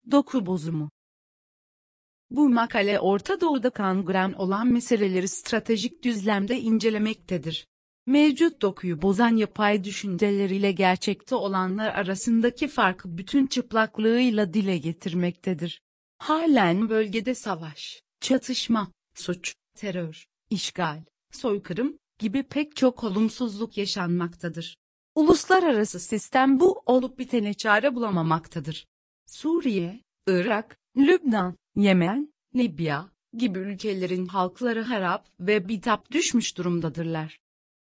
Doku bozumu. Bu makale Orta Doğu'da kangren olan meseleleri stratejik düzlemde incelemektedir. Mevcut dokuyu bozan yapay düşünceleriyle gerçekte olanlar arasındaki farkı bütün çıplaklığıyla dile getirmektedir. Halen bölgede savaş, çatışma, suç, terör, işgal, soykırım gibi pek çok olumsuzluk yaşanmaktadır. Uluslararası sistem bu olup bitene çare bulamamaktadır. Suriye, Irak, Lübnan, Yemen, Libya gibi ülkelerin halkları harap ve bitap düşmüş durumdadırlar.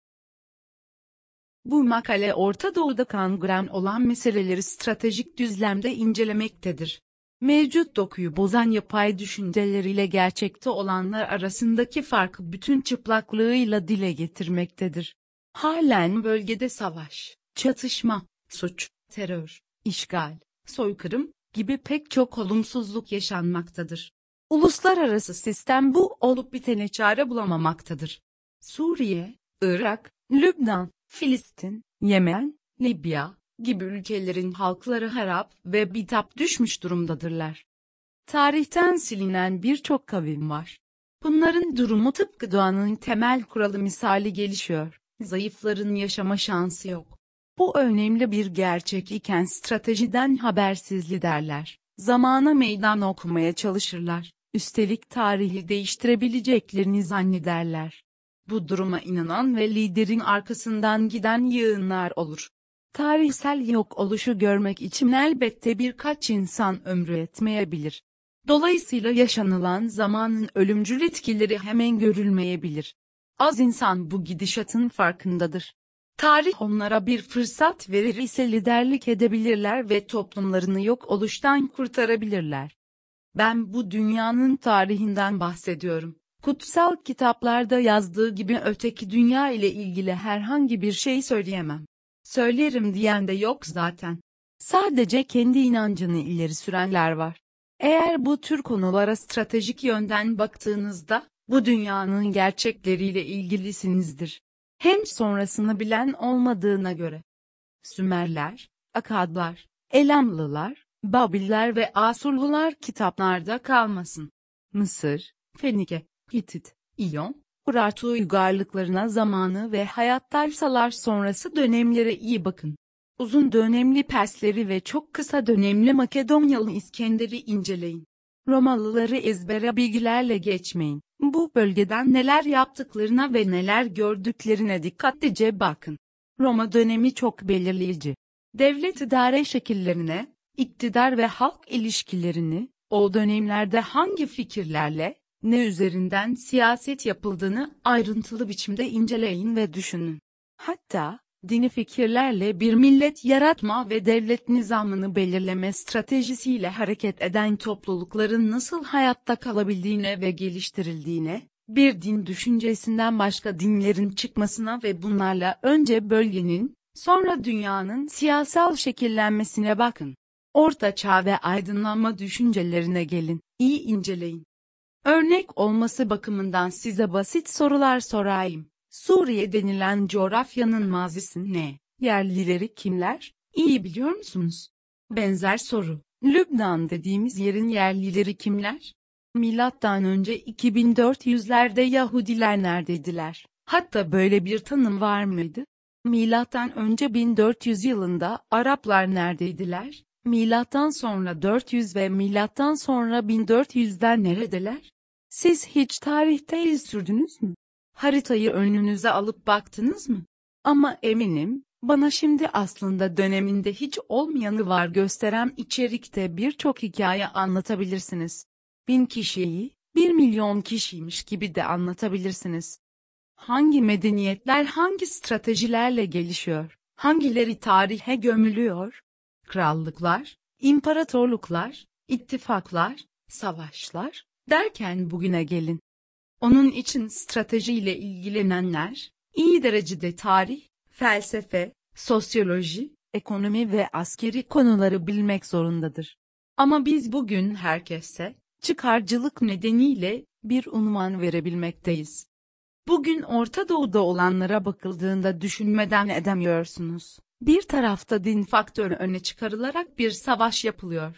Bu makale Orta Doğu'da kangren olan meseleleri stratejik düzlemde incelemektedir. Mevcut dokuyu bozan yapay düşünceleriyle gerçekte olanlar arasındaki farkı bütün çıplaklığıyla dile getirmektedir. Halen bölgede savaş, çatışma, suç, terör, işgal, soykırım gibi pek çok olumsuzluk yaşanmaktadır. Uluslararası sistem bu olup bitene çare bulamamaktadır. Suriye, Irak, Lübnan, Filistin, Yemen, Libya gibi ülkelerin halkları harap ve bitap düşmüş durumdadırlar. Tarihten silinen birçok kavim var. Bunların durumu tıpkı doğanın temel kuralı misali gelişiyor. Zayıfların yaşama şansı yok. Bu önemli bir gerçek iken stratejiden habersiz liderler, zamana meydan okumaya çalışırlar, üstelik tarihi değiştirebileceklerini zannederler. Bu duruma inanan ve liderin arkasından giden yığınlar olur. Tarihsel yok oluşu görmek için elbette birkaç insan ömrü yetmeyebilir. Dolayısıyla yaşanılan zamanın ölümcül etkileri hemen görülmeyebilir. Az insan bu gidişatın farkındadır. Tarih onlara bir fırsat verir ise liderlik edebilirler ve toplumlarını yok oluştan kurtarabilirler. Ben bu dünyanın tarihinden bahsediyorum. Kutsal kitaplarda yazdığı gibi öteki dünya ile ilgili herhangi bir şey söyleyemem. Söylerim diyen de yok zaten. Sadece kendi inancını ileri sürenler var. Eğer bu tür konulara stratejik yönden baktığınızda, bu dünyanın gerçekleriyle ilgilisinizdir. Hem sonrasını bilen olmadığına göre. Sümerler, Akadlar, Elamlılar, Babiller ve Asurlular kitaplarda kalmasın. Mısır, Fenike, Hitit, İyon, Urartu uygarlıklarına zamanı ve hayattaysalar sonrası dönemlere iyi bakın. Uzun dönemli Persleri ve çok kısa dönemli Makedonyalı İskender'i inceleyin. Romalıları ezbere bilgilerle geçmeyin. Bu bölgeden neler yaptıklarına ve neler gördüklerine dikkatlice bakın. Roma dönemi çok belirleyici. Devlet idare şekillerine, iktidar ve halk ilişkilerini, o dönemlerde hangi fikirlerle, ne üzerinden siyaset yapıldığını ayrıntılı biçimde inceleyin ve düşünün. Hatta, dini fikirlerle bir millet yaratma ve devlet nizamını belirleme stratejisiyle hareket eden toplulukların nasıl hayatta kalabildiğine ve geliştirildiğine, bir din düşüncesinden başka dinlerin çıkmasına ve bunlarla önce bölgenin, sonra dünyanın siyasal şekillenmesine bakın. Orta Çağ ve aydınlanma düşüncelerine gelin, iyi inceleyin. Örnek olması bakımından size basit sorular sorayım. Suriye denilen coğrafyanın mazisi ne? Yerlileri kimler? İyi biliyor musunuz? Benzer soru. Lübnan dediğimiz yerin yerlileri kimler? Milattan önce 2400'lerde Yahudiler neredeydiler? Hatta böyle bir tanım var mıydı? Milattan önce 1400 yılında Araplar neredeydiler? Milattan sonra 400 ve milattan sonra 1400'den neredeler? Siz hiç tarihte iz sürdünüz mü? Haritayı önünüze alıp baktınız mı? Ama eminim, bana şimdi aslında döneminde hiç olmayanı var gösteren içerikte birçok hikaye anlatabilirsiniz. 1000 kişiyi, 1 milyon kişiymiş gibi de anlatabilirsiniz. Hangi medeniyetler hangi stratejilerle gelişiyor? Hangileri tarihe gömülüyor? Krallıklar, imparatorluklar, ittifaklar, savaşlar derken bugüne gelin. Onun için stratejiyle ilgilenenler, iyi derecede tarih, felsefe, sosyoloji, ekonomi ve askeri konuları bilmek zorundadır. Ama biz bugün herkese, çıkarcılık nedeniyle bir unvan verebilmekteyiz. Bugün Orta Doğu'da olanlara bakıldığında düşünmeden edemiyorsunuz. Bir tarafta din faktörü öne çıkarılarak bir savaş yapılıyor.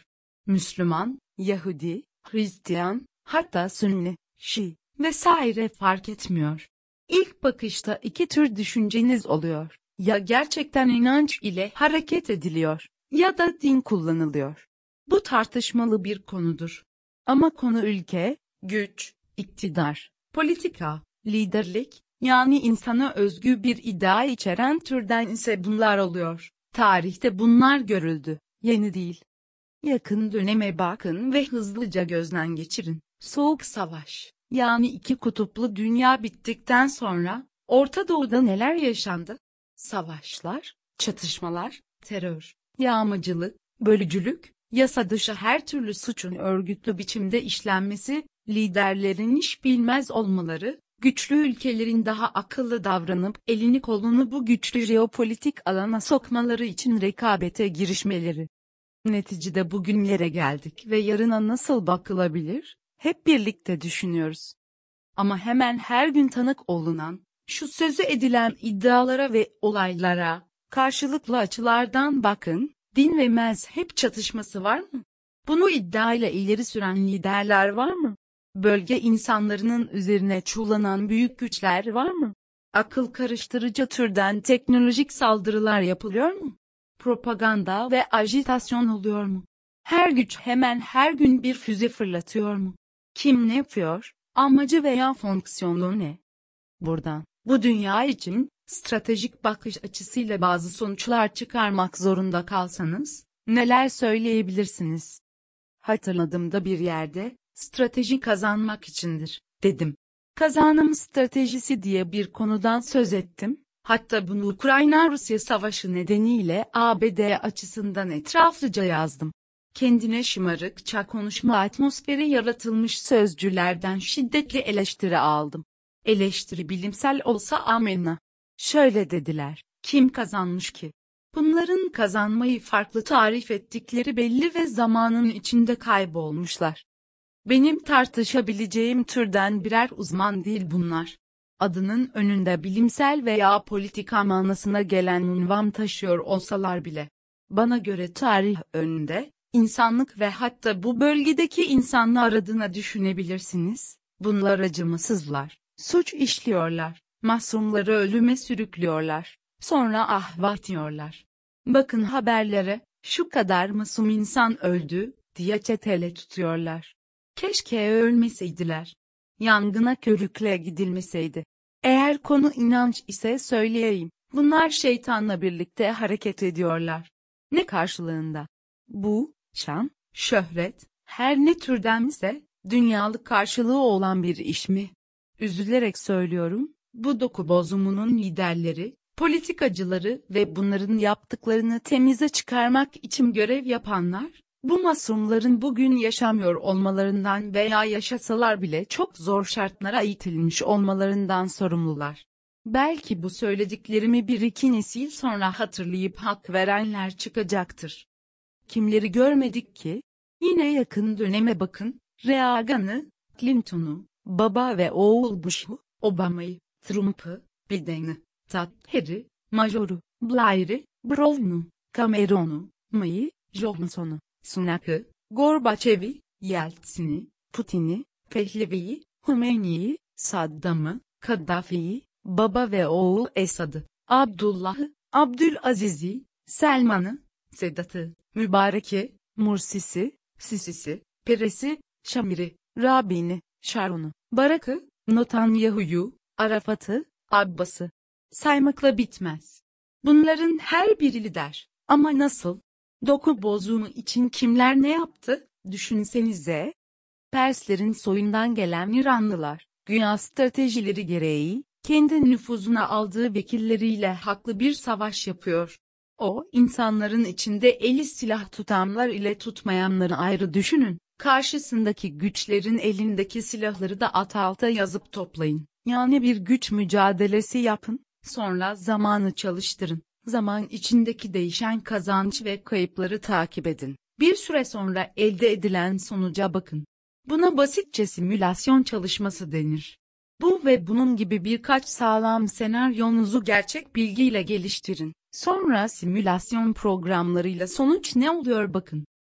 Müslüman, Yahudi, Hristiyan, hatta Sünni, Şii vesaire fark etmiyor. İlk bakışta iki tür düşünceniz oluyor. Ya gerçekten inanç ile hareket ediliyor, ya da din kullanılıyor. Bu tartışmalı bir konudur. Ama konu ülke, güç, iktidar, politika, liderlik, yani insana özgü bir iddia içeren türden ise bunlar oluyor. Tarihte bunlar görüldü, yeni değil. Yakın döneme bakın ve hızlıca gözden geçirin. Soğuk Savaş, yani iki kutuplu dünya bittikten sonra, Orta Doğu'da neler yaşandı? Savaşlar, çatışmalar, terör, yağmacılık, bölücülük, yasa dışı her türlü suçun örgütlü biçimde işlenmesi, liderlerin iş bilmez olmaları, güçlü ülkelerin daha akıllı davranıp elini kolunu bu güçlü jeopolitik alana sokmaları için rekabete girişmeleri. Neticede bugünlere geldik ve yarına nasıl bakılabilir, hep birlikte düşünüyoruz. Ama hemen her gün tanık olunan, şu sözü edilen iddialara ve olaylara, karşılıklı açılardan bakın, din ve mezhep çatışması var mı? Bunu iddiayla ileri süren liderler var mı? Bölge insanlarının üzerine çullanan büyük güçler var mı? Akıl karıştırıcı türden teknolojik saldırılar yapılıyor mu? Propaganda ve ajitasyon oluyor mu? Her güç hemen her gün bir füze fırlatıyor mu? Kim ne yapıyor? Amacı veya fonksiyonu ne? Buradan, bu dünya için, stratejik bakış açısıyla bazı sonuçlar çıkarmak zorunda kalsanız, neler söyleyebilirsiniz? Hatırladığımda bir yerde, strateji kazanmak içindir, dedim. Kazanım stratejisi diye bir konudan söz ettim. Hatta bunu Ukrayna-Rusya savaşı nedeniyle ABD açısından etraflıca yazdım. Kendine şımarıkça konuşma atmosferi yaratılmış sözcülerden şiddetli eleştiri aldım. Eleştiri bilimsel olsa amenna. Şöyle dediler, kim kazanmış ki? Bunların kazanmayı farklı tarif ettikleri belli ve zamanın içinde kaybolmuşlar. Benim tartışabileceğim türden birer uzman değil bunlar. Adının önünde bilimsel veya politika manasına gelen unvan taşıyor olsalar bile. Bana göre tarih önünde, insanlık ve hatta bu bölgedeki insanlar adına düşünebilirsiniz. Bunlar acımasızlar, suç işliyorlar, masumları ölüme sürüklüyorlar, sonra vah diyorlar. Bakın haberlere, şu kadar masum insan öldü, diye çetele tutuyorlar. Keşke ölmeseydiler. Yangına körükle gidilmeseydi. Eğer konu inanç ise söyleyeyim, bunlar şeytanla birlikte hareket ediyorlar. Ne karşılığında? Bu, şan, şöhret, her ne türdense, dünyalık karşılığı olan bir iş mi? Üzülerek söylüyorum, bu doku bozumunun liderleri, politikacıları ve bunların yaptıklarını temize çıkarmak için görev yapanlar, bu masumların bugün yaşamıyor olmalarından veya yaşasalar bile çok zor şartlara itilmiş olmalarından sorumlular. Belki bu söylediklerimi bir iki nesil sonra hatırlayıp hak verenler çıkacaktır. Kimleri görmedik ki? Yine yakın döneme bakın, Reagan'ı, Clinton'u, baba ve oğul Bush'u, Obama'yı, Trump'ı, Biden'ı, Tutter'ı, Major'u, Blair'i, Brown'u, Cameron'u, May'ı, Johnson'u, Sunak'ı, Gorbaçev'i, Yeltsin'i, Putin'i, Pehlevi'yi, Hümeyni'yi, Saddam'ı, Kaddafi'yi, baba ve oğul Esad'ı, Abdullah'ı, Abdülaziz'i, Selman'ı, Sedat'ı, Mübarek'i, Mursis'i, Sisi'si, Peres'i, Şamir'i, Rabin'i, Sharon'u, Barak'ı, Netanyahu'yu, Arafat'ı, Abbas'ı. Saymakla bitmez. Bunların her biri lider. Ama nasıl? Doku bozumu için kimler ne yaptı? Düşünsenize. Perslerin soyundan gelen İranlılar, güya stratejileri gereği, kendi nüfuzuna aldığı vekilleriyle haklı bir savaş yapıyor. O, insanların içinde eli silah tutanlar ile tutmayanları ayrı düşünün. Karşısındaki güçlerin elindeki silahları da at alta yazıp toplayın. Yani bir güç mücadelesi yapın, sonra zamanı çalıştırın. Zaman içindeki değişen kazanç ve kayıpları takip edin. Bir süre sonra elde edilen sonuca bakın. Buna basitçe simülasyon çalışması denir. Bu ve bunun gibi birkaç sağlam senaryonuzu gerçek bilgiyle geliştirin. Sonra simülasyon programlarıyla sonuç ne oluyor bakın.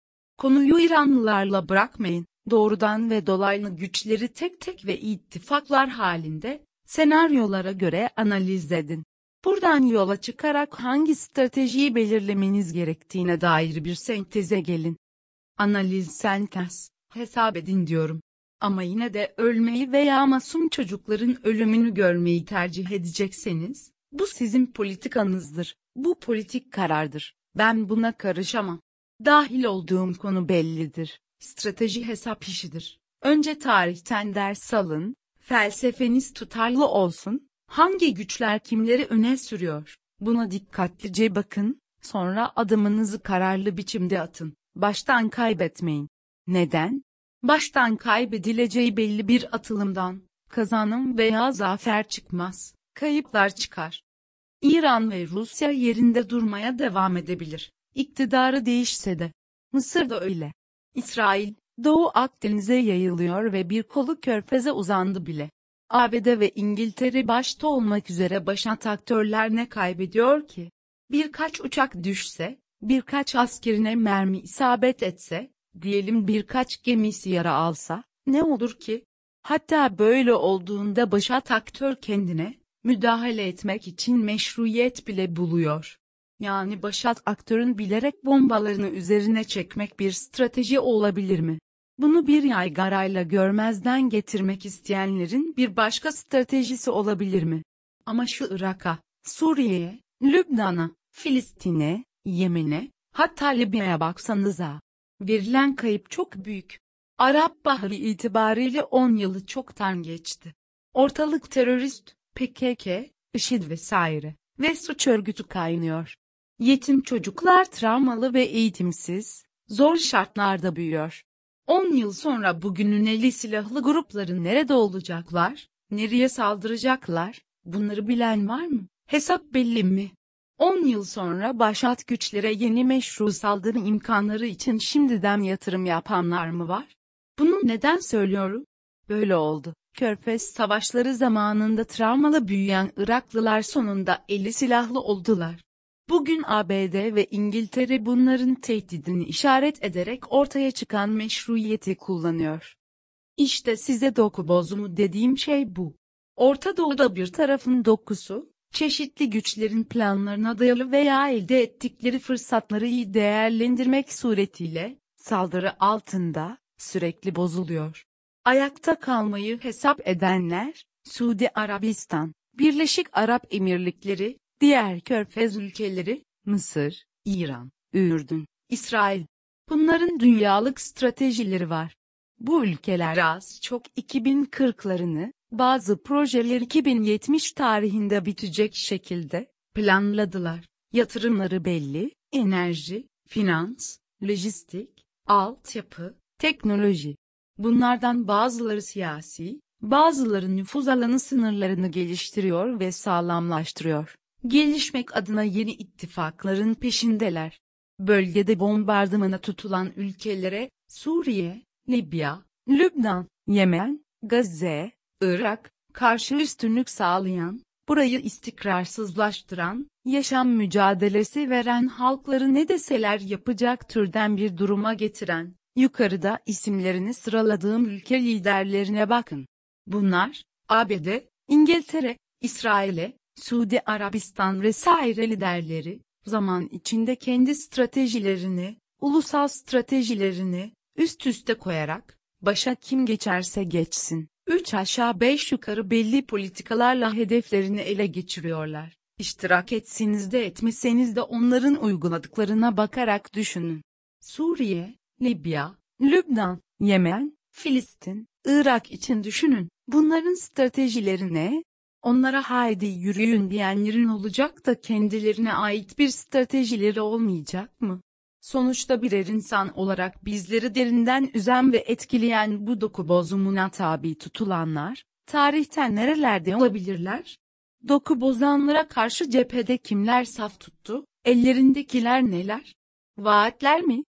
Konuyu İranlılarla bırakmayın, doğrudan ve dolaylı güçleri tek tek ve ittifaklar halinde, senaryolara göre analiz edin. Buradan yola çıkarak hangi stratejiyi belirlemeniz gerektiğine dair bir senteze gelin. Analiz sentez, hesap edin diyorum. Ama yine de ölmeyi veya masum çocukların ölümünü görmeyi tercih edecekseniz, bu sizin politikanızdır, bu politik karardır, ben buna karışamam. Dahil olduğum konu bellidir, strateji hesap işidir. Önce tarihten ders alın, felsefeniz tutarlı olsun, hangi güçler kimleri öne sürüyor, buna dikkatlice bakın, sonra adımınızı kararlı biçimde atın, baştan kaybetmeyin. Neden? Baştan kaybedileceği belli bir atılımdan, kazanım veya zafer çıkmaz, kayıplar çıkar. İran ve Rusya yerinde durmaya devam edebilir, iktidarı değişse de. Mısır da öyle. İsrail, Doğu Akdeniz'e yayılıyor ve bir kolu Körfez'e uzandı bile. ABD ve İngiltere başta olmak üzere başat aktörler ne kaybediyor ki? Birkaç uçak düşse, birkaç askerine mermi isabet etse, diyelim birkaç gemisi yara alsa, ne olur ki? Hatta böyle olduğunda başat aktör kendine, müdahale etmek için meşruiyet bile buluyor. Yani başat aktörün bilerek bombalarını üzerine çekmek bir strateji olabilir mi? Bunu bir yaygarayla görmezden getirmek isteyenlerin bir başka stratejisi olabilir mi? Ama şu Irak'a, Suriye'ye, Lübnan'a, Filistin'e, Yemen'e, hatta Libya'ya baksanıza. Verilen kayıp çok büyük. Arap Baharı itibariyle 10 yılı çoktan geçti. Ortalık terörist, PKK, IŞİD vesaire ve suç örgütü kaynıyor. Yetim çocuklar travmalı ve eğitimsiz, zor şartlarda büyüyor. 10 yıl sonra bugünün eli silahlı grupları nerede olacaklar, nereye saldıracaklar, bunları bilen var mı? Hesap belli mi? 10 yıl sonra başat güçlere yeni meşru saldırı imkanları için şimdiden yatırım yapanlar mı var? Bunu neden söylüyorum? Böyle oldu. Körfez savaşları zamanında travmalı büyüyen Iraklılar sonunda eli silahlı oldular. Bugün ABD ve İngiltere bunların tehdidini işaret ederek ortaya çıkan meşruiyeti kullanıyor. İşte size doku bozumu dediğim şey bu. Orta Doğu'da bir tarafın dokusu, çeşitli güçlerin planlarına dayalı veya elde ettikleri fırsatları iyi değerlendirmek suretiyle, saldırı altında, sürekli bozuluyor. Ayakta kalmayı hesap edenler, Suudi Arabistan, Birleşik Arap Emirlikleri, diğer Körfez ülkeleri, Mısır, İran, Ürdün, İsrail. Bunların dünyalık stratejileri var. Bu ülkeler az çok 2040'larını, bazı projeler 2070 tarihinde bitecek şekilde planladılar. Yatırımları belli, enerji, finans, lojistik, altyapı, teknoloji. Bunlardan bazıları siyasi, bazıları nüfuz alanı sınırlarını geliştiriyor ve sağlamlaştırıyor. Gelişmek adına yeni ittifakların peşindeler. Bölgede bombardımana tutulan ülkelere, Suriye, Libya, Lübnan, Yemen, Gazze, Irak, karşı üstünlük sağlayan, burayı istikrarsızlaştıran, yaşam mücadelesi veren halkları ne deseler yapacak türden bir duruma getiren, yukarıda isimlerini sıraladığım ülke liderlerine bakın. Bunlar, ABD, İngiltere, İsrail'e, Suudi Arabistan vesaire liderleri, zaman içinde kendi stratejilerini, ulusal stratejilerini, üst üste koyarak, başa kim geçerse geçsin, 3 aşağı 5 yukarı belli politikalarla hedeflerini ele geçiriyorlar. İştirak etseniz de etmeseniz de onların uyguladıklarına bakarak düşünün. Suriye, Libya, Lübnan, Yemen, Filistin, Irak için düşünün. Bunların stratejileri ne? Onlara haydi yürüyün diyenlerin olacak da kendilerine ait bir stratejileri olmayacak mı? Sonuçta birer insan olarak bizleri derinden üzen ve etkileyen bu doku bozumuna tabi tutulanlar, tarihten nerelerde olabilirler? Doku bozanlara karşı cephede kimler saf tuttu, ellerindekiler neler? Vaatler mi,